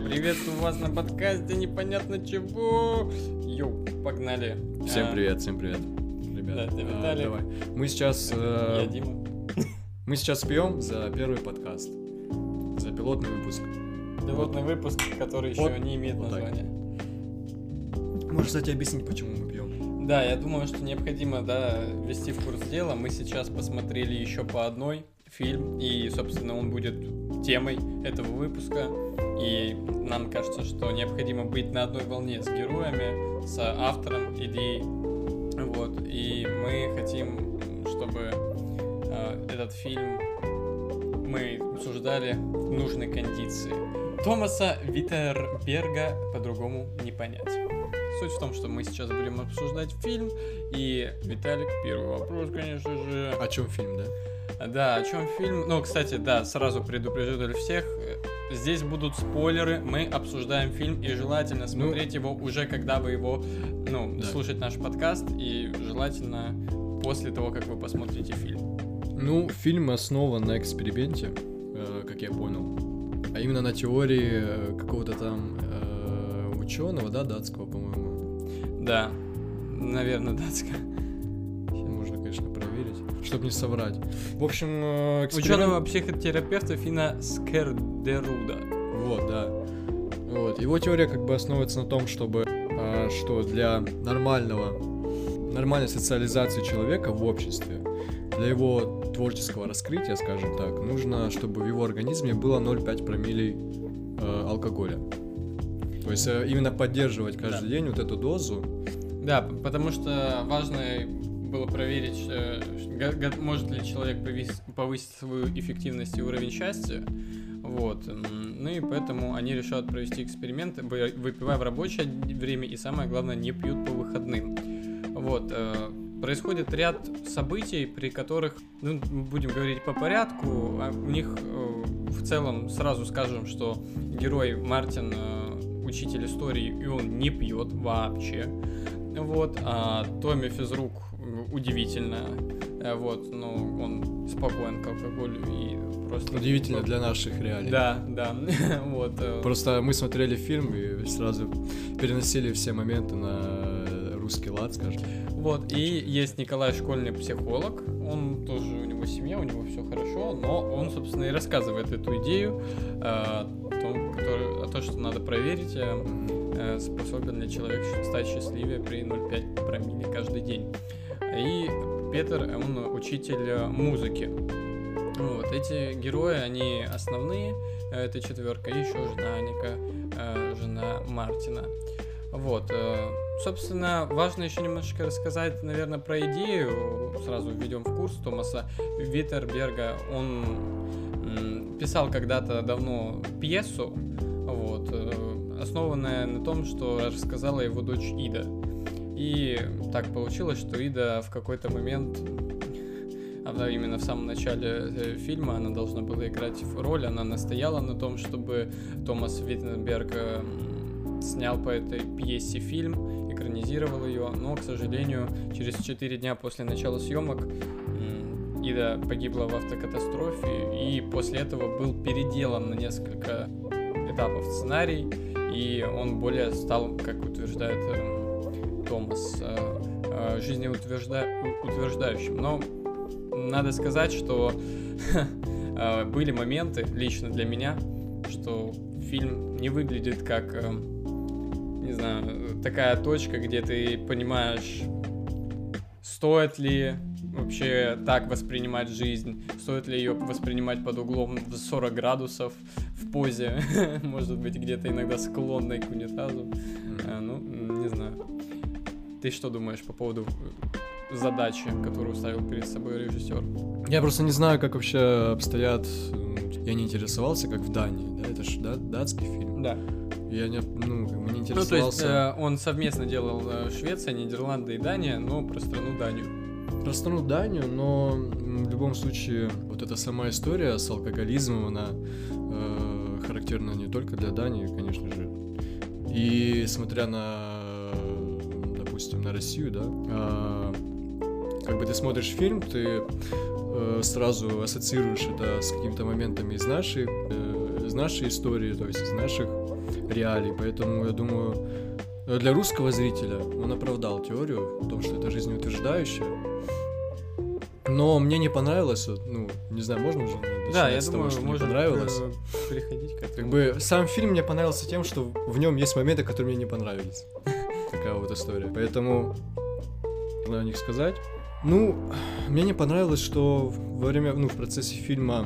Приветствую вас на подкасте непонятно чего. Йоу, погнали. Всем привет, ребят. Да, это Виталий. Давай. Мы сейчас... Я Дима. Мы сейчас пьем за первый подкаст, за пилотный выпуск. Пилотный выпуск, который еще не имеет вот названия. Можешь, кстати, объяснить, почему мы пьем? Да, я думаю, что необходимо, ввести в курс дела. Мы сейчас посмотрели еще по одной фильм, и, собственно, он будет темой этого выпуска. И нам кажется, что необходимо быть на одной волне с героями, с автором идей. Вот. И мы хотим, чтобы этот фильм мы обсуждали в нужной кондиции. Томаса Витерберга по-другому не понять. Суть в том, что мы сейчас будем обсуждать фильм. И, Виталик, первый вопрос, конечно же. О чем фильм, да? Да, о чем фильм? Ну, кстати, сразу предупреждаю всех. Здесь будут спойлеры, мы обсуждаем фильм, и желательно смотреть его уже, когда вы его, слушать наш подкаст, и желательно после того, как вы посмотрите фильм. Фильм основан на эксперименте, как я понял, а именно на теории какого-то там ученого, датского, по-моему. Да, наверное, датского. Можно, конечно, проверить, чтобы не соврать. В общем, ученого психотерапевта Фина Скердеруда. Его теория основывается на том, что для нормальной социализации человека в обществе, для его творческого раскрытия, скажем так, нужно, чтобы в его организме было 0,5 промиллей алкоголя. То есть именно поддерживать каждый день вот эту дозу. Да, потому что важно было проверить, может ли человек повысить свою эффективность и уровень счастья. Вот. И поэтому они решают провести эксперименты, выпивая в рабочее время и, самое главное, не пьют по выходным. Вот. Происходит ряд событий, при которых, будем говорить по порядку, у них в целом сразу скажем, что герой Мартин учитель истории, и он не пьет вообще. Вот. А Томми физрук удивительно, он спокоен к алкоголю и просто... Удивительно для наших реалий. Да, вот. Просто мы смотрели фильм и сразу переносили все моменты на русский лад, скажем. Вот, и есть Николай, школьный психолог, он тоже, у него семья, у него все хорошо, но он, собственно, и рассказывает эту идею о том, что надо проверить, способен ли человек стать счастливее при 0,5 промилле каждый день. И Петр, он учитель музыки. Вот, эти герои, они основные, это четверка, и еще жена Аника, жена Мартина. Вот, собственно, важно еще немножечко рассказать, наверное, про идею, сразу введем в курс Томаса Витерберга. Он писал когда-то давно пьесу, основанная на том, что рассказала его дочь Ида. И так получилось, что Ида в какой-то момент, именно в самом начале фильма, она должна была играть роль, она настояла на том, чтобы Томас Витерберг снял по этой пьесе фильм, экранизировал ее, но, к сожалению, через 4 дня после начала съемок Ида погибла в автокатастрофе, и после этого был переделан на несколько этапов сценарий, и он более стал, как утверждает Томас, жизнеутверждающим. Но надо сказать, что были моменты, лично для меня, что фильм не выглядит как, такая точка, где ты понимаешь, стоит ли вообще так воспринимать жизнь, стоит ли ее воспринимать под углом в 40 градусов в позе, может быть, где-то иногда склонной к унитазу. Не знаю. Ты что думаешь по поводу задачи, которую ставил перед собой режиссер? Я просто не знаю, как вообще обстоят. Я не интересовался, как в Дании, да? Это же датский фильм. Да. Я не интересовался. То есть он совместно делал Швеция, Нидерланды и Дания, но про страну Данию. Про страну Данию, но в любом случае вот эта сама история с алкоголизмом, она характерна не только для Дании, конечно же. И смотря на, допустим, на Россию, да, ты смотришь фильм, ты сразу ассоциируешь это с какими-то моментами из нашей истории, то есть из наших реалий, поэтому я думаю, для русского зрителя он оправдал теорию о том, что это жизнеутверждающее. Но мне не понравилось, ну, не знаю, можно уже Да, я с думаю, того, что не можно понравилось. переходить к этому. Как бы сам фильм мне понравился тем, что в нем есть моменты, которые мне не понравились. Такая вот история. Поэтому надо о них сказать. Ну, мне не понравилось, что во время, в процессе фильма,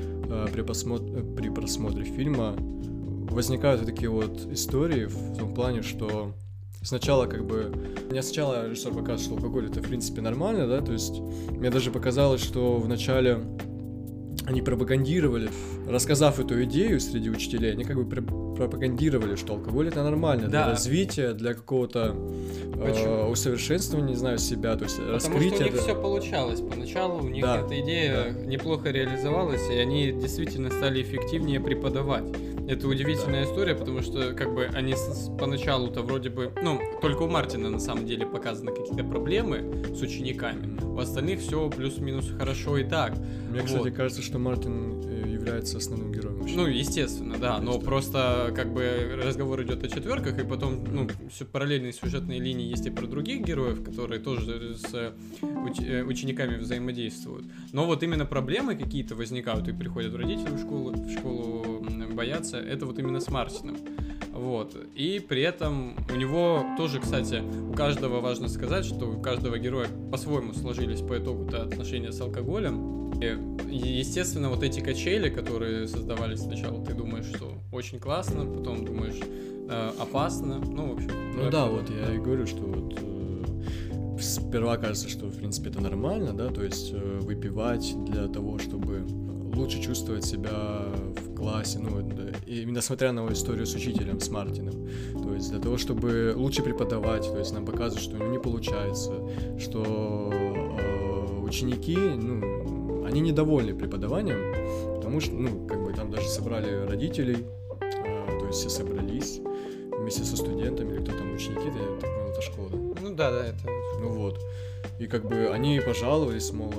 при просмотре фильма возникают такие вот истории в том плане, что сначала мне сначала режиссер показывает, что алкоголь это в принципе нормально, да, то есть мне даже показалось, что вначале они пропагандировали, рассказав эту идею среди учителей, они пропагандировали, что алкоголь это нормально для развития, для какого-то усовершенствования, не знаю, себя, то есть раскрытия. Потому что у них все получалось поначалу, у них эта идея неплохо реализовалась, и они действительно стали эффективнее преподавать. Это удивительная история, потому что они поначалу-то вроде бы, только у Мартина на самом деле показаны какие-то проблемы с учениками, у остальных все плюс-минус хорошо и так. Мне, кстати, кажется, что Мартин является основным героем. Естественно, да, но просто разговор идет о четверках, и потом, параллельные сюжетные линии есть и про других героев, которые тоже с учениками взаимодействуют. Но вот именно проблемы какие-то возникают, и приходят родители в школу боятся, это вот именно с Мартином. Вот. И при этом у него тоже, кстати, у каждого важно сказать, что у каждого героя по-своему сложились по итогу-то отношения с алкоголем. И, естественно, вот эти качели, которые создавались сначала, ты думаешь, что очень классно, потом думаешь, опасно. В общем. Вот я и говорю, что вот сперва кажется, что в принципе это нормально, да, то есть выпивать для того, чтобы лучше чувствовать себя в классе, именно смотря на историю с учителем, с Мартином, то есть для того, чтобы лучше преподавать, то есть нам показывают, что у него не получается, что ученики, они недовольны преподаванием, потому что, там даже собрали родителей, то есть все собрались вместе со студентами, или кто там, ученики, я так понял, это школа, да? Это... И они пожаловались, мол,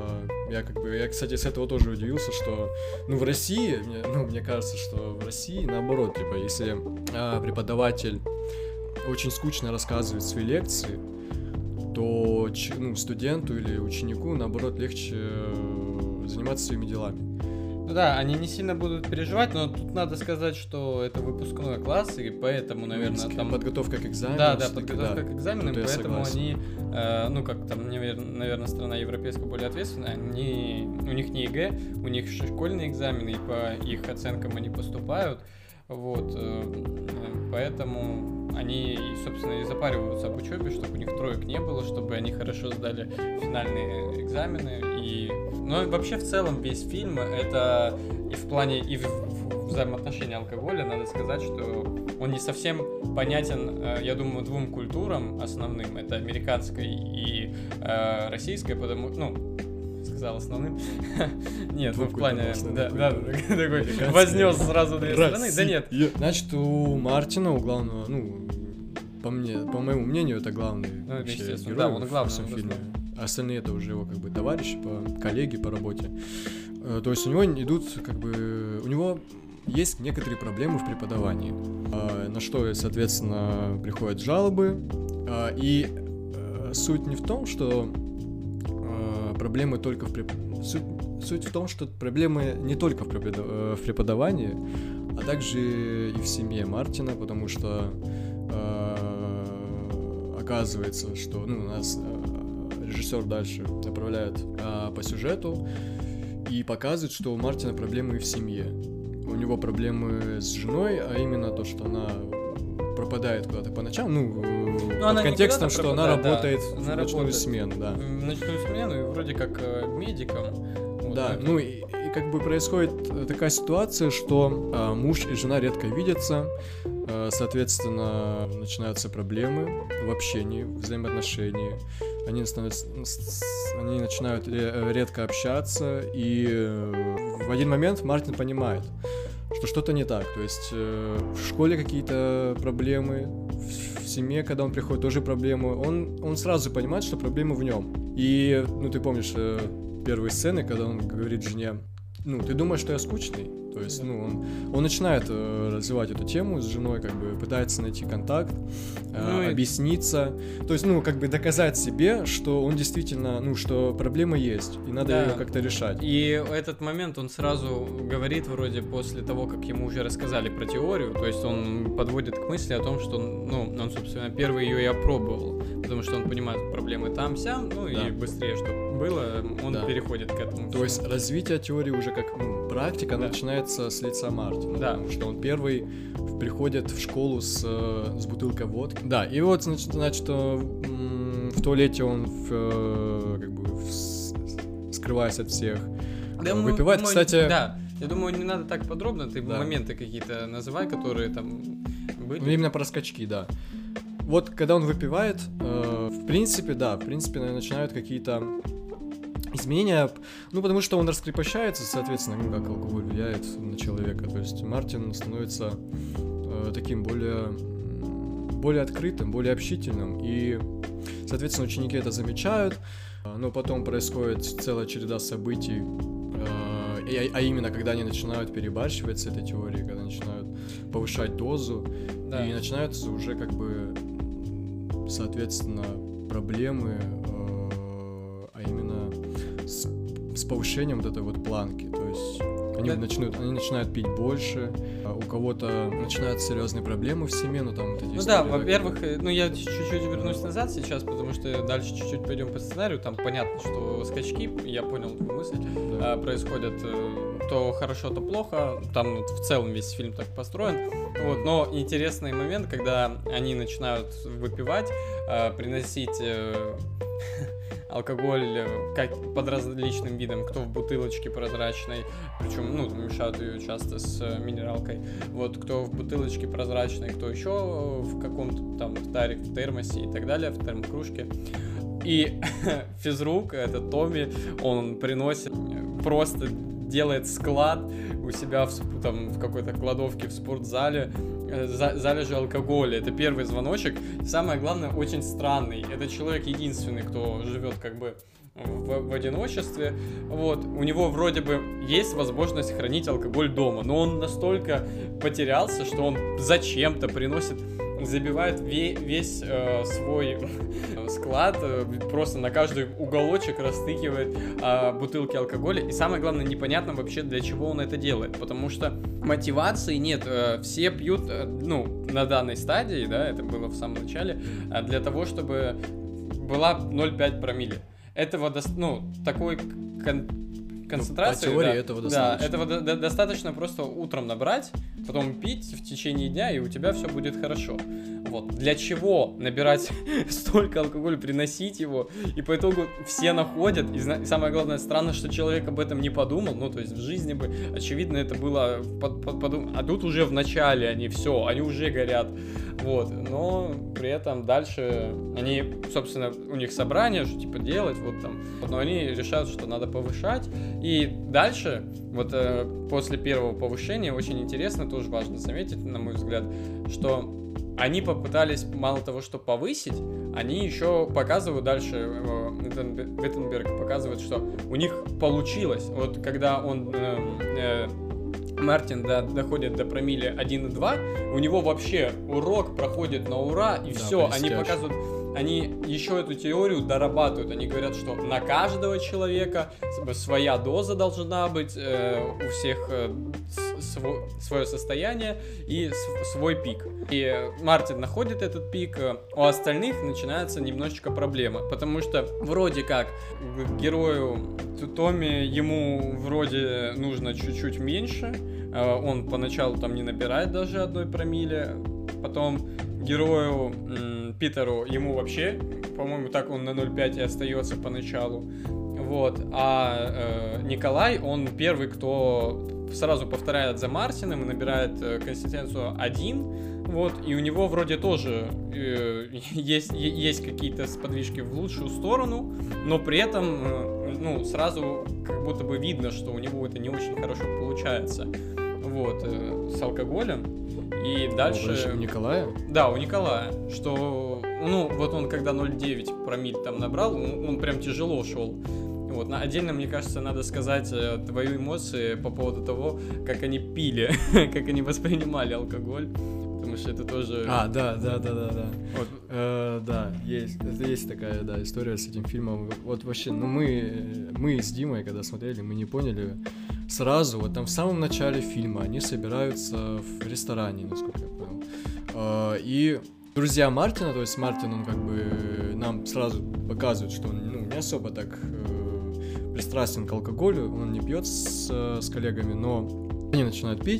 я, кстати, с этого тоже удивился, что, в России, мне кажется, что в России наоборот, если преподаватель очень скучно рассказывает свои лекции, то, студенту или ученику, наоборот, легче заниматься своими делами. Они не сильно будут переживать, но тут надо сказать, что это выпускной класс, и поэтому, наверное, там... Подготовка к экзаменам. Да, подготовка к экзаменам, поэтому они, наверное, страна европейская более ответственная, у них не ЕГЭ, у них школьные экзамены, и по их оценкам они поступают, вот, поэтому они, собственно, и запариваются об учебе, чтобы у них троек не было, чтобы они хорошо сдали финальные экзамены, но вообще в целом весь фильм это и в плане и в взаимоотношении алкоголя, надо сказать, что он не совсем понятен, я думаю, двум культурам основным, это американской и российской, потому, сказал основным, нет, в плане, такой вознес сразу две стороны, да нет. Значит, у Мартина, у главного, по моему мнению, это главный герой он главный в всем фильме. Остальные это уже его товарищи, коллеги по работе. То есть у него идут у него есть некоторые проблемы в преподавании, на что, соответственно, приходят жалобы. И суть не в том, что проблемы только суть в том, что проблемы не только в преподавании, а также и в семье Мартина, потому что оказывается, что нас режиссер дальше направляет по сюжету и показывает, что у Мартина проблемы и в семье. У него проблемы с женой, а именно то, что она пропадает куда-то по ночам, под контекстом, что она работает в ночную смену, да. В ночную смену и вроде как медиком. Да, и происходит такая ситуация, что муж и жена редко видятся, соответственно, начинаются проблемы в общении, в взаимоотношении. Они начинают редко общаться, и в один момент Мартин понимает, что что-то не так. То есть в школе какие-то проблемы, в семье, когда он приходит, тоже проблемы. Он сразу понимает, что проблема в нем. И, ты помнишь первые сцены, когда он говорит жене, ты думаешь, что я скучный? То есть, он начинает развивать эту тему с женой, как бы пытается найти контакт, объясниться, то есть, как бы доказать себе, что он действительно, что проблема есть, и надо ее как-то решать. И этот момент он сразу говорит вроде после того, как ему уже рассказали про теорию, то есть он подводит к мысли о том, что, он, собственно, первый ее и опробовал, потому что он понимает проблемы там-сям, и быстрее, чтобы было, он переходит к этому. То есть развитие теории уже как практика начинается с лица Мартина, потому что он первый приходит в школу с бутылкой водки. Да, и вот, значит, в туалете он скрываясь от всех, выпивает, кстати... Да, я думаю, не надо так подробно, ты моменты какие-то называй, которые там были. Именно про скачки, да. Вот, когда он выпивает, в принципе, наверное, начинают какие-то изменения, потому что он раскрепощается, соответственно, как алкоголь влияет на человека, то есть Мартин становится таким более открытым, более общительным, и, соответственно, ученики это замечают, но потом происходит целая череда событий, а именно, когда они начинают перебарщивать с этой теорией, когда начинают повышать дозу, и начинаются уже соответственно, проблемы, а именно с повышением вот этой вот планки, то есть они начинают пить больше, у кого-то начинаются серьезные проблемы в семье, там вот эти истории. Во-первых, я чуть-чуть вернусь назад сейчас, потому что дальше чуть-чуть пойдем по сценарию, там понятно, что скачки, я понял твою мысль, происходят то хорошо, то плохо, там в целом весь фильм так построен, но интересный момент, когда они начинают выпивать, приносить алкоголь как под различным видом, кто в бутылочке прозрачной, причем, мешают ее часто с минералкой, кто в бутылочке прозрачной, кто еще в каком-то там в таре, в термосе и так далее, в термокружке. И физрук, это Томми, он приносит, просто делает склад у себя в какой-то кладовке в спортзале, залежи алкоголя. Это первый звоночек. Самое главное, очень странный. Это человек единственный, кто живет в одиночестве. У него вроде бы есть возможность хранить алкоголь дома, но он настолько потерялся, что он зачем-то забивает весь свой склад, просто на каждый уголочек растыкивает бутылки алкоголя. И самое главное, непонятно вообще, для чего он это делает, потому что мотивации нет. Все пьют, на данной стадии, это было в самом начале, для того, чтобы была 0,5 промилле. Этого, такой концентрации. По теории этого достаточно. Да, этого достаточно просто утром набрать, потом пить в течение дня, и у тебя все будет хорошо. Для чего набирать столько алкоголя, приносить его, и по итогу все находят, и самое главное, странно, что человек об этом не подумал, то есть в жизни бы, очевидно, это было а тут уже в начале они уже горят, но при этом дальше они, собственно, у них собрание, что делать, но они решают, что надо повышать, и дальше, после первого повышения, очень интересно, тоже важно заметить, на мой взгляд, что они попытались мало того, что повысить, они еще показывают дальше, Виттенберг показывает, что у них получилось. Когда Мартин доходит до промилле 1,2, у него вообще урок проходит на ура, и все, они показывают... Они еще эту теорию дорабатывают. Они говорят, что на каждого человека своя доза должна быть, у всех свое состояние и свой пик. И Мартин находит этот пик, у остальных начинается немножечко проблема, потому что вроде как герою Томми ему вроде нужно чуть-чуть меньше, он поначалу не набирает даже 1 промилле, потом герою Питеру ему вообще, по-моему, так он на 0,5 и остается поначалу. А Николай, он первый, кто сразу повторяет за Мартином и набирает консистенцию 1. И у него вроде тоже есть какие-то сподвижки в лучшую сторону, но при этом сразу как будто бы видно, что у него это не очень хорошо получается. С алкоголем. И дальше... У Николая? Да, у Николая. Что, он когда 0,9 промилле набрал, он прям тяжело шел. Вот. Отдельно, мне кажется, надо сказать твои эмоции по поводу того, как они пили, как они воспринимали алкоголь. Потому что это тоже... Да. Вот. Да, есть такая, да, история с этим фильмом. Вот вообще, ну мы с Димой, когда смотрели, мы не поняли сразу, вот там в самом начале фильма они собираются в ресторане, насколько я понял. И друзья Мартина, то есть Мартин, он как бы нам сразу показывает, что он не особо так пристрастен к алкоголю, он не пьет с коллегами, но они начинают пить.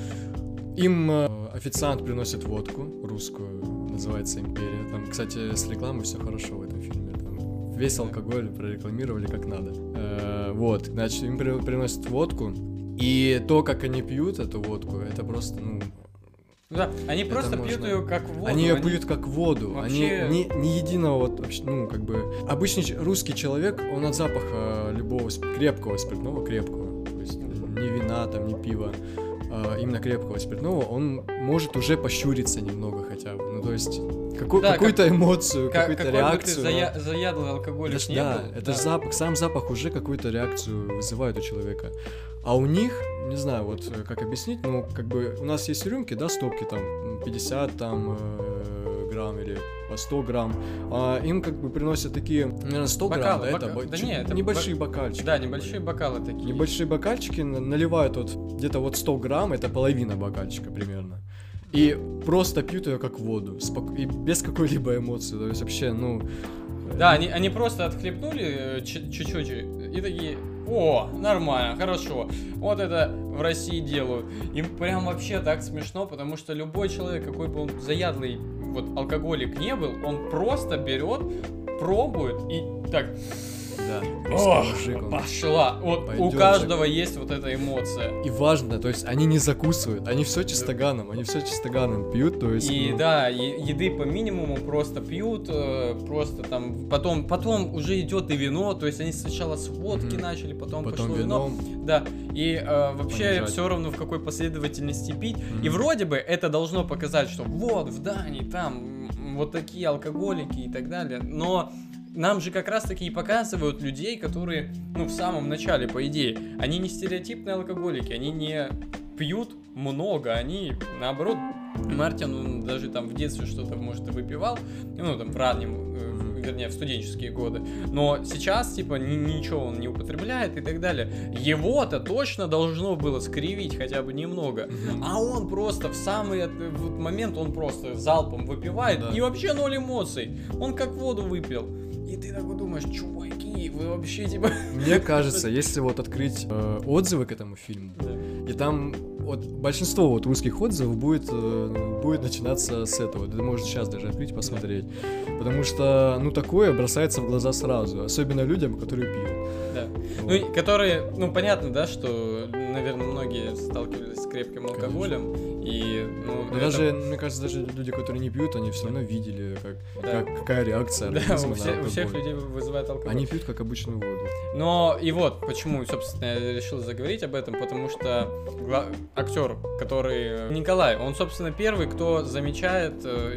Им официант приносит водку русскую, называется «Империя». Там, кстати, с рекламой все хорошо в этом фильме. Там весь алкоголь прорекламировали как надо. Вот, значит, им приносят водку, и то, как они пьют эту водку, это просто, Да, они просто пьют ее как воду. Они ее пьют как воду. Вообще... Они ни единого вот вообще, как бы... Обычный русский человек, он от запаха любого крепкого спиртного, то есть ни вина, там, ни пива, именно крепкого спиртного, он может уже пощуриться немного хотя бы. Ну, то есть, какую-то эмоцию, какую-то реакцию. Какой бы ты заядлый алкоголик не был. Это же запах, сам запах уже какую-то реакцию вызывает у человека. А у них, не знаю, вот как объяснить, как бы у нас есть рюмки, да, стопки, там, 50 там, грамм или по 100 грамм, а им как бы приносят такие, наверное, 100 грамм, это небольшие бокальчики. Да, небольшие бокалы такие. Небольшие бокальчики наливают вот где-то вот 100 грамм, это половина бокальчика примерно. И просто пьют ее как воду, и без какой-либо эмоции, то есть вообще, Да, они просто отхлебнули чуть-чуть и такие: о, нормально, хорошо. Вот это в России делают. Им прям вообще так смешно, потому что любой человек, какой бы он заядлый вот алкоголик не был, он просто берет, пробует и так... Да. Пошла. Вот пойдёт, у каждого есть вот эта эмоция. И важно, то есть они не закусывают, они все чистоганом пьют, то есть. И да, еды по минимуму просто пьют, просто там потом уже идет и вино, то есть они сначала с водки начали, потом пошло вино. Да. И вообще все равно в какой последовательности пить. И вроде бы это должно показать, что вот в Дании там вот такие алкоголики и так далее, но нам же как раз-таки и показывают людей, которые, в самом начале, по идее, они не стереотипные алкоголики, они не пьют много, они, наоборот, Мартин, он даже там в детстве что-то, может, и выпивал, там в раннем, вернее, в студенческие годы, но сейчас, типа, ничего он не употребляет и так далее. Его-то точно должно было скривить хотя бы немного, а он просто в самый момент, он просто залпом выпивает, и вообще ноль эмоций, он как воду выпил. И ты такой думаешь: чуваки, вы вообще типа... Мне кажется, если вот открыть отзывы к этому фильму, и там вот большинство вот русских отзывов будет начинаться с этого. Ты можешь сейчас даже открыть, посмотреть. Потому что, такое бросается в глаза сразу. Особенно людям, которые пьют. Да. Вот. Которые, понятно, да, что, наверное, многие сталкивались с крепким алкоголем. Конечно. И, даже, мне кажется, даже люди, которые не пьют, они все равно видели, какая реакция организма на алкоголь. У всех людей вызывает алкоголь. Они пьют как обычную воду. Но и вот почему, собственно, я решил заговорить об этом, потому что актер, который Николай, он, собственно, первый, кто замечает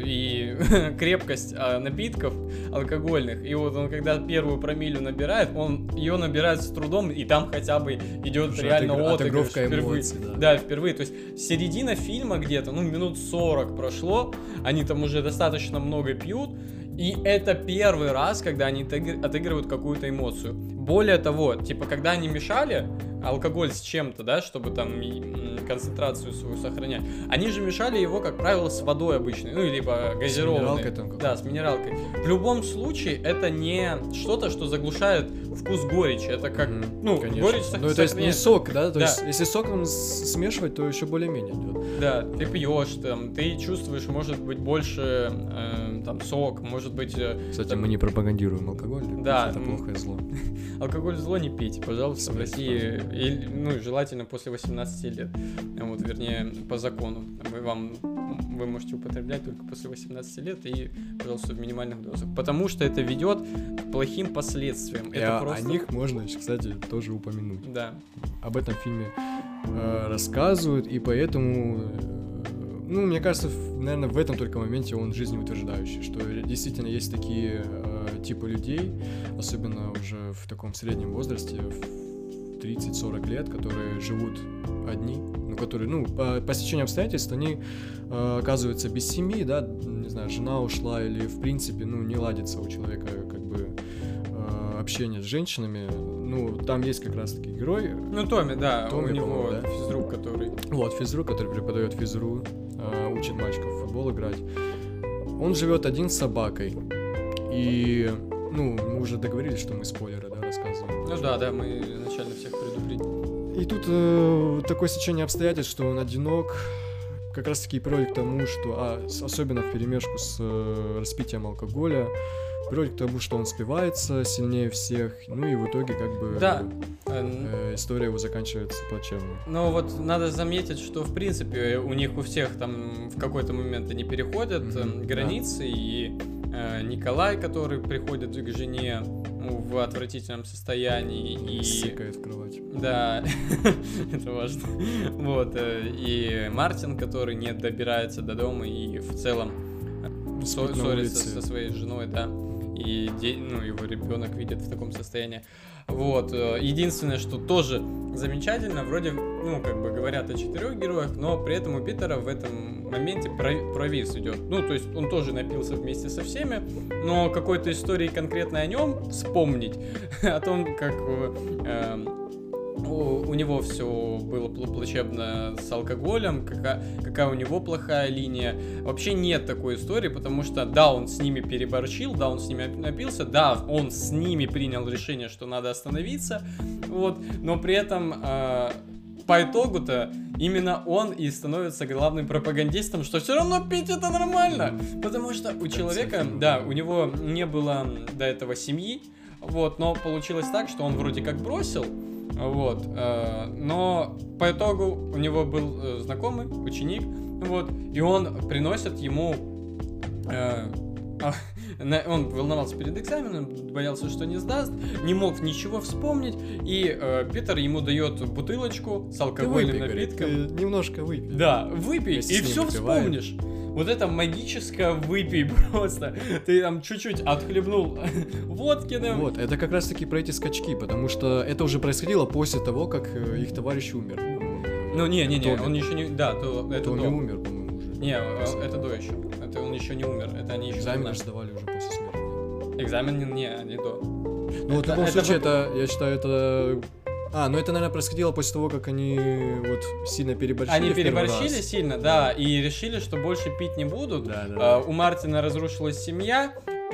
и крепкость напитков алкогольных. И вот он, когда первую промиллю набирает, он ее набирает с трудом, и там хотя бы идет реально отыгрыш впервые. Да, впервые. То есть середина фильма где-то, минут 40 прошло, они там уже достаточно много пьют, и это первый раз, когда они отыгрывают какую-то эмоцию. Более того, типа, когда они мешали алкоголь с чем-то, да, чтобы там концентрацию свою сохранять, они же мешали его, как правило, с водой обычной, либо газированной. С минералкой там. Да, с минералкой. В любом случае, это не что-то, что заглушает вкус горечи. Это как, горечь сохраняется. То есть не сок, да? То есть, если соком смешивать, то еще более-менее идет. Да, ты пьешь, там, ты чувствуешь, может быть, больше там сок, может быть... Кстати, мы не пропагандируем алкоголь. Да. Это плохое зло. Алкоголь зло не пейте, пожалуйста, в России. Желательно после 18 лет. Вот, вернее, по закону. Вы можете употреблять только после 18 лет и, пожалуйста, в минимальных дозах. Потому что это ведет к плохим последствиям. О них можно, кстати, тоже упомянуть. Да. Об этом фильме рассказывают, и поэтому Ну, мне кажется, наверное, в этом только моменте он жизнеутверждающий, что действительно есть такие типы людей, особенно уже в таком среднем возрасте, в 30-40 лет, которые живут одни, ну, которые, ну, по стечению обстоятельств, они оказываются без семьи, да, не знаю, жена ушла или, в принципе, ну, не ладится у человека, как бы, общение с женщинами. Ну, там есть как раз-таки герой. Ну, Томми, да, Томми, у него да? физрук, который... Вот, физрук, который преподает физру, учит мальчиков в футбол играть. Он живет один с собакой. И, ну, мы уже договорились, что мы спойлеры, да, рассказываем. Ну да, мы изначально всех предупредили. И тут такое стечение обстоятельств, что он одинок. Как раз-таки приводит к тому, что, особенно вперемешку с распитием алкоголя, приводит к тому, что он спивается сильнее всех, ну и в итоге как бы Да. История его заканчивается плачевно. Но вот надо заметить, что в принципе у них у всех там в какой-то момент они переходят границы, и Николай, который приходит к жене в отвратительном состоянии и... Сыкает в кровать. Да, это важно. Вот, и Мартин, который не добирается до дома и в целом ссорится со своей женой, да. И его ребенок видит в таком состоянии. Вот. Единственное, что тоже замечательно, вроде, ну, как бы говорят о 4 героях, но при этом у Питера в этом моменте провис идет. Ну, то есть он тоже напился вместе со всеми, но какой-то истории конкретно о нем вспомнить, о том, как у него все было плачевно с алкоголем, какая у него плохая линия. Вообще нет такой истории, потому что, да, он с ними переборщил, да, он с ними напился, да, он с ними принял решение, что надо остановиться, вот, но при этом по итогу-то именно он и становится главным пропагандистом, что все равно пить это нормально, потому что у человека, да, у него не было до этого семьи, вот, но получилось так, что он вроде как бросил. Вот, но по итогу у него был знакомый, ученик, вот, и он приносит ему, он волновался перед экзаменом, боялся, что не сдаст, не мог ничего вспомнить, и Питер ему дает бутылочку с алкогольным напитком. Говорит, немножко выпей. Да, выпей, и все вспомнишь. Вот это магическое выпей просто. Ты там чуть-чуть отхлебнул водки. Да? Вот, это как раз-таки про эти скачки, потому что это уже происходило после того, как их товарищ умер. Ну, не, он еще не... Да, это Томми до. умер, по-моему, уже. Не, это до еще. Это он еще не умер. Это они еще... Экзамены сдавали уже после смерти. Экзамен не до. Ну, вот в любом случае, это, я считаю, это... ну это, наверное, происходило после того, как они вот сильно переборщили. Они переборщили сильно, да, и решили, что больше пить не будут. Да. У Мартина разрушилась семья,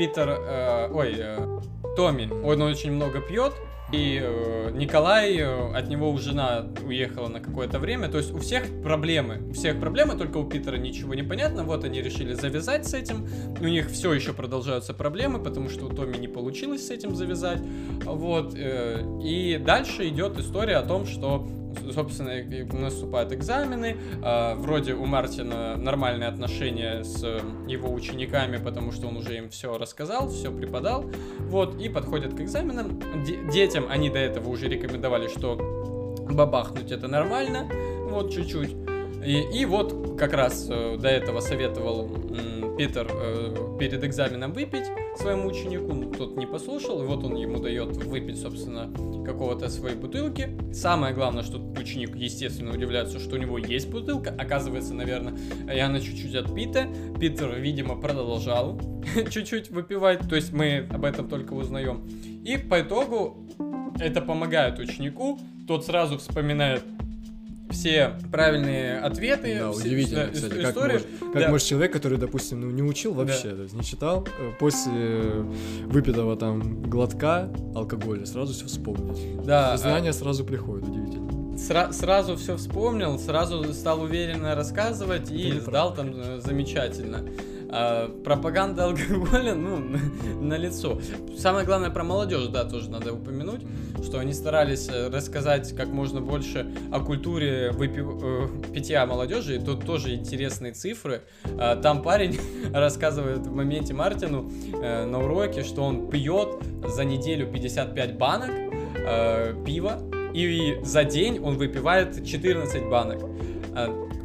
Томми, он очень много пьет, и Николай, от него жена уехала на какое-то время, то есть у всех проблемы, только у Питера ничего не понятно, вот они решили завязать с этим, у них все еще продолжаются проблемы, потому что у Томми не получилось с этим завязать, вот, и дальше идет история о том, что, собственно, наступают экзамены, вроде у Мартина нормальные отношения с его учениками, потому что он уже им все рассказал, все преподал, вот, и подходят к экзаменам. Детям они до этого уже рекомендовали, что бабахнуть это нормально, вот, чуть-чуть. И вот как раз до этого советовал Питер перед экзаменом выпить своему ученику, тот не послушал, и вот он ему дает выпить, собственно, какого-то своей бутылки. Самое главное, что ученик, естественно, удивляется, что у него есть бутылка, оказывается, наверное, и она чуть-чуть отпита. Питер, видимо, продолжал чуть-чуть выпивать, то есть мы об этом только узнаем. И по итогу это помогает ученику, тот сразу вспоминает все правильные ответы. Да, удивительно, кстати, как может человек, который, допустим, не учил вообще, то есть не читал, после выпитого там глотка алкоголя сразу все вспомнить. Да. Знания сразу приходят, удивительно. Сразу все вспомнил, сразу стал уверенно рассказывать и сдал там замечательно. Пропаганда алкоголя, на лицо. Самое главное про молодежь, да, тоже надо упомянуть, что они старались рассказать как можно больше о культуре питья молодежи, и тут тоже интересные цифры. Там парень рассказывает в моменте Мартину на уроке, что он пьет за неделю 55 банок пива, и за день он выпивает 14 банок.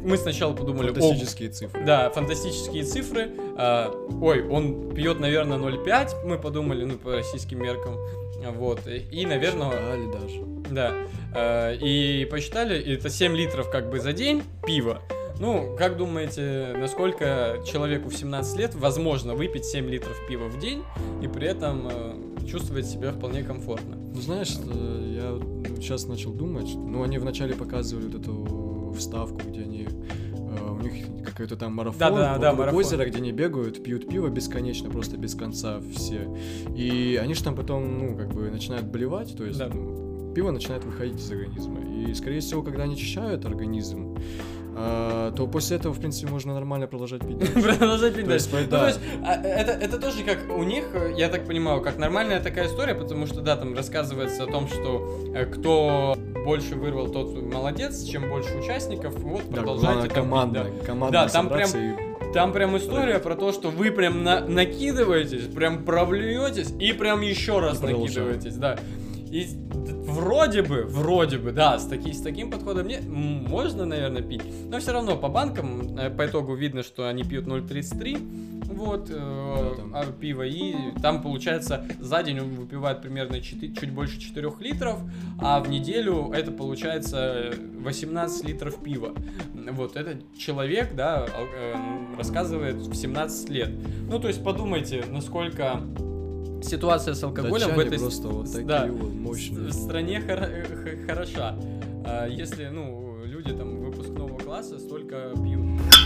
мы сначала подумали... Фантастические цифры. Да, фантастические цифры. Он пьет, наверное, 0,5, мы подумали, ну, по российским меркам. Вот, и, наверное... Считали даже. Да, и посчитали, это 7 литров как бы за день пива. Ну, как думаете, насколько человеку в 17 лет возможно выпить 7 литров пива в день и при этом чувствовать себя вполне комфортно? Ну, знаешь, я сейчас начал думать, ну, они вначале показывали вот эту вставку, где они, у них какой-то там марафон, марафон. Озеро, где они бегают, пьют пиво бесконечно, просто без конца все. И они же там потом, ну, как бы начинают блевать, то есть пиво начинает выходить из организма. И, скорее всего, когда они очищают организм, то после этого, в принципе, можно нормально продолжать пить дальше. Продолжать пить дальше. То есть, это тоже как у них, я так понимаю, как нормальная такая история, потому что, да, там рассказывается о том, что кто больше вырвал, тот молодец, чем больше участников, вот, продолжайте там пить. Команда, там прям история про то, что вы прям накидываетесь, прям проблюетесь и прям еще раз накидываетесь, да. И вроде бы, да, с таким подходом можно, наверное, пить. Но все равно по банкам по итогу видно, что они пьют 0,33 вот, пива. И там, получается, за день он выпивает примерно чуть больше 4 литров, а в неделю это получается 18 литров пива. Вот, этот человек, да, рассказывает в 17 лет. Ну, то есть подумайте, насколько... Ситуация с алкоголем в этой в стране хороша. Если, ну, люди там выпускного класса столько пьют.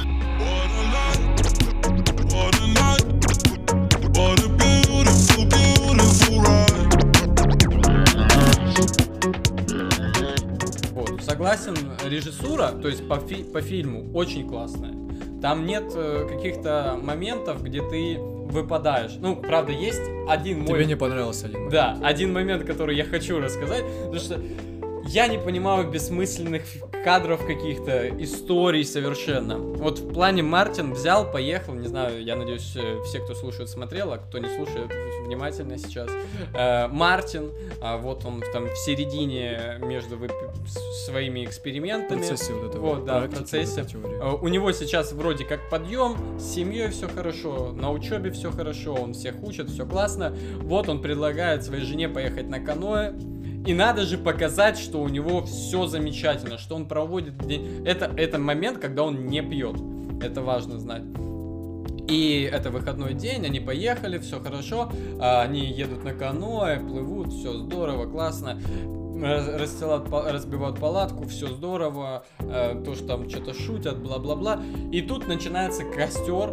Вот, согласен, режиссура, то есть по фильму очень классная. Там нет каких-то моментов, где ты выпадаешь. Ну, правда, есть один мой... Тебе не понравился один момент. Да, один момент, который я хочу рассказать, потому что я не понимаю бессмысленных кадров каких-то, историй совершенно. Вот в плане Мартин взял, поехал, не знаю, я надеюсь, все, кто слушает, смотрел, а кто не слушает, внимательно сейчас. Мартин, вот он там в середине между своими экспериментами. В процессе вот этого. Вот, да, в процессе. У него сейчас вроде как подъем, с семьей все хорошо, на учебе все хорошо, он всех учит, все классно. Вот он предлагает своей жене поехать на каноэ. И надо же показать, что у него все замечательно, что он проводит день. Это момент, когда он не пьет. Это важно знать. И это выходной день, они поехали, все хорошо. Они едут на каноэ, плывут, все здорово, классно. Разбивают палатку, все здорово, то, что там что-то шутят, бла-бла-бла. И тут начинается костер,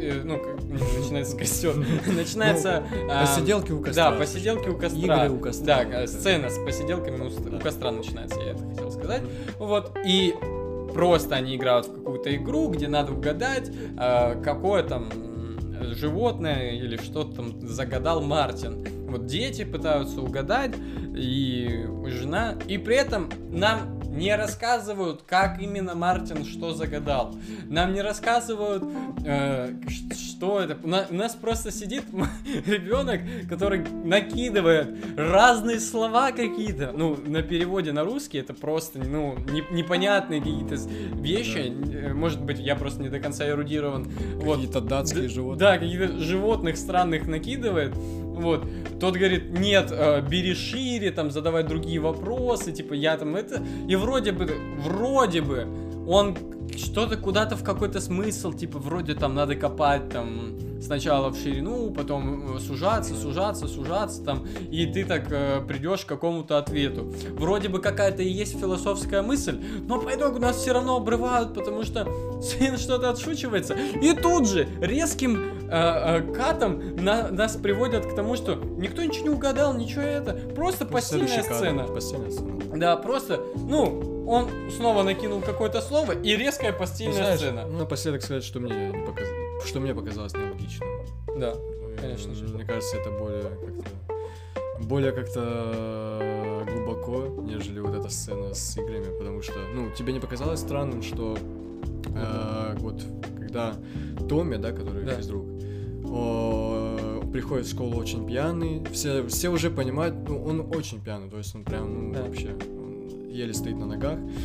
начинается... Посиделки у костра. Да, посиделки у костра. Игры у костра. Да, сцена с посиделками у костра начинается, я это хотел сказать. Вот, и просто они играют в какую-то игру, где надо угадать, какое там животное или что-то там загадал Мартин. Вот дети пытаются угадать, и жена, и при этом нам не рассказывают, как именно Мартин что загадал. Нам не рассказывают, что это. У нас просто сидит ребенок, который накидывает разные слова какие-то. Ну, на переводе на русский это просто, ну, непонятные какие-то вещи. Да. Может быть, я просто не до конца эрудирован. Какие-то датские животные. Да, каких-то животных странных накидывает. Вот, тот говорит, нет, бери шире, там, задавай другие вопросы, типа, я там это, и вроде бы, он что-то куда-то в какой-то смысл, типа, вроде там надо копать, там, сначала в ширину, потом сужаться, там, и ты так придешь к какому-то ответу. Вроде бы какая-то и есть философская мысль, но по итогу нас все равно обрывают, потому что сын что-то отшучивается. И тут же резким катом нас приводят к тому, что никто ничего не угадал, ничего это, просто постельная сцена. Постельная сцена. Да, просто, ну, он снова накинул какое-то слово и резкая постельная сцена. Ну, напоследок сказать, что мне показалось нелогичным. Да, конечно же. Мне кажется, это более как-то глубоко, нежели вот эта сцена с играми, потому что, ну, тебе не показалось странным, что вот когда Томми, да, который физрук, приходит в школу очень пьяный, все уже понимают, ну, он очень пьяный, то есть он прям, вообще, он еле стоит на ногах,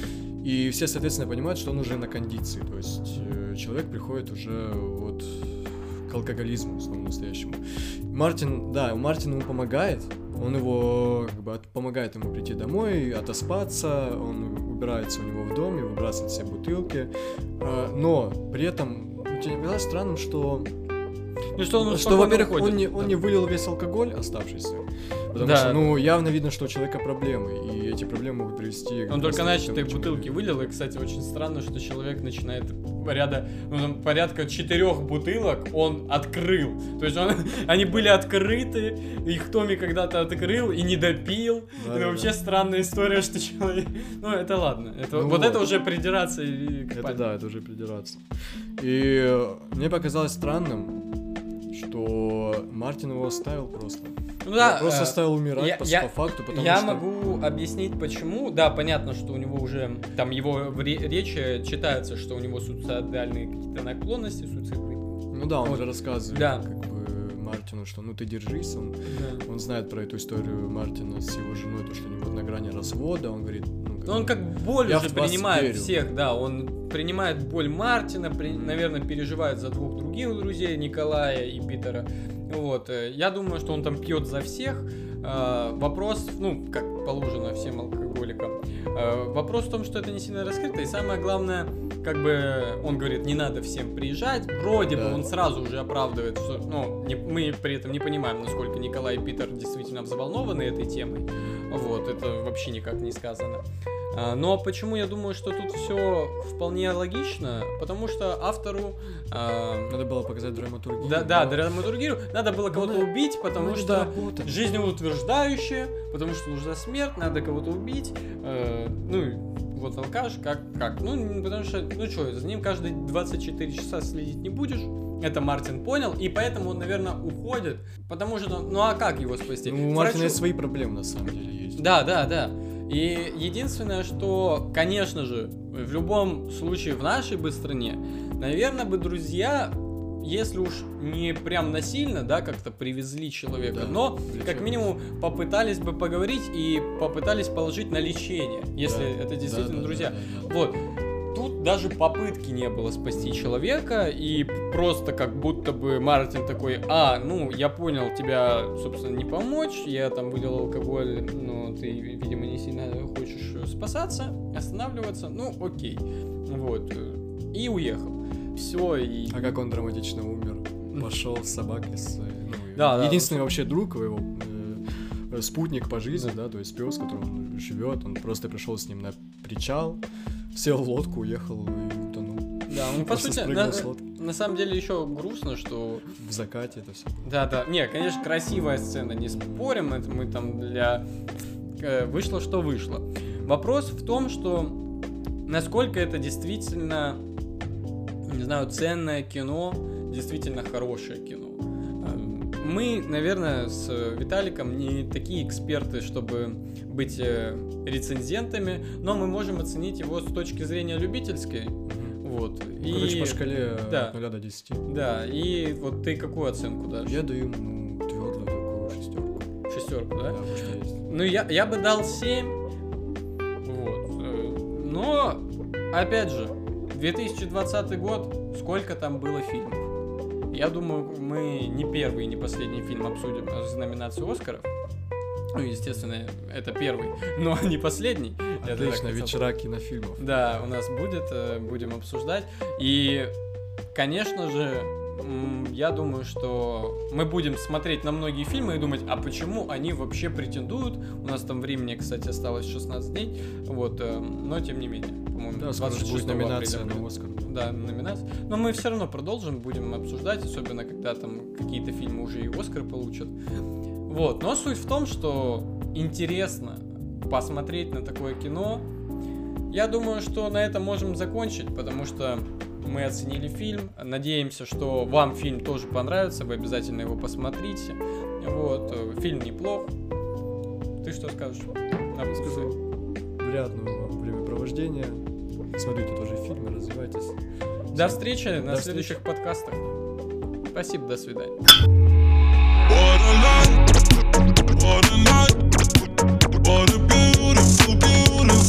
И все, соответственно, понимают, что он уже на кондиции. То есть человек приходит уже вот к алкоголизму, самому настоящему. Мартин ему помогает. Он его помогает ему прийти домой, отоспаться, он убирается у него в доме, выбрасывает все бутылки. Но при этом тебе не казалось странным, что во-первых, он не вылил весь алкоголь оставшийся. Потому что, явно видно, что у человека проблемы, и эти проблемы могут привести... Он только начатые бутылки вылил, и, кстати, очень странно, что человек начинает порядка 4 бутылок он открыл. То есть они были открыты, их Томми когда-то открыл и не допил. Это вообще странная история, что человек... это ладно. Это уже придираться к пальцу. Это уже придираться. И мне показалось странным, что Мартин его оставил просто. Просто оставил умирать по факту, потому я что... могу объяснить, почему. Да, понятно, что у него уже... Там его в речи читается, что у него суицидальные какие-то наклонности, суицидные. Он же рассказывает, Мартину, что ты держись, он знает про эту историю Мартина с его женой, то, что они на грани развода, он говорит... он как боль уже принимает всех, он принимает боль Мартина, наверное, переживает за 2 других друзей, Николая и Питера. Я думаю, что он там пьет за всех. Вопрос, как положено всем алкоголикам. Вопрос в том, что это не сильно раскрыто, и самое главное, он говорит, не надо всем приезжать. Вроде бы он сразу же оправдывает, что, мы при этом не понимаем, насколько Николай и Питер действительно взволнованы этой темой. Это вообще никак не сказано. Но почему я думаю, что тут все вполне логично? Потому что автору... надо было показать драматургию. Драматургию. Надо было кого-то убить, потому что жизнеутверждающее, потому что нужна смерть, надо кого-то убить. Алкаш, как? Потому что, за ним каждые 24 часа следить не будешь. Это Мартин понял, и поэтому он, наверное, уходит. Потому что, а как его спасти? У Мартина есть свои проблемы, на самом деле, есть. Да. И единственное, что, конечно же, в любом случае в нашей бы стране, наверное, бы друзья, если уж не прям насильно, как-то привезли человека, но как минимум попытались бы поговорить и попытались положить на лечение, если это действительно друзья. Тут даже попытки не было спасти человека, и просто как будто бы Мартин такой, я понял, тебя, собственно, не помочь, я там вылил алкоголь, но ты, видимо, не сильно хочешь спасаться, останавливаться, окей, и уехал. Все, и... А как он драматично умер, пошел с собакой, единственный вообще друг его, спутник по жизни, то есть пес, которым он живет, он просто пришел с ним на причал, сел в лодку, уехал и утонул. Да, по сути, на самом деле еще грустно, что... В закате это все. Да. Не, конечно, красивая сцена, не спорим, это мы там вышло, что вышло. Вопрос в том, что насколько это действительно, не знаю, ценное кино, действительно хорошее кино. Мы, наверное, с Виталиком не такие эксперты, чтобы быть рецензентами, но мы можем оценить его с точки зрения любительской. По шкале от 0 до 10. Да, и ты какую оценку дашь? Я даю ему твердую такую 6. 6, да? Да, потому что есть. Я бы дал 7. Но, опять же, 2020 год, сколько там было фильмов? Я думаю, мы не первый и не последний фильм обсудим с номинацией Оскаров. Естественно, это первый, но не последний. Отлично, вечера кинофильмов. Да, у нас будем обсуждать. И, конечно же, я думаю, что мы будем смотреть на многие фильмы и думать, а почему они вообще претендуют. У нас там времени, кстати, осталось 16 дней, но тем не менее, по-моему, да, 26 будет номинация на Оскар. Да, номинация. Но мы все равно продолжим, будем обсуждать, особенно когда там какие-то фильмы уже и Оскар получат. Но суть в том, что интересно посмотреть на такое кино. Я думаю, что на этом можем закончить, потому что мы оценили фильм. Надеемся, что вам фильм тоже понравится, вы обязательно его посмотрите. Фильм неплох. Ты что скажешь? Приятного вам времяпровождения. Смотрите тоже фильмы, развивайтесь. До встречи на следующих подкастах. Спасибо, до свидания. What a night, what a beautiful, beautiful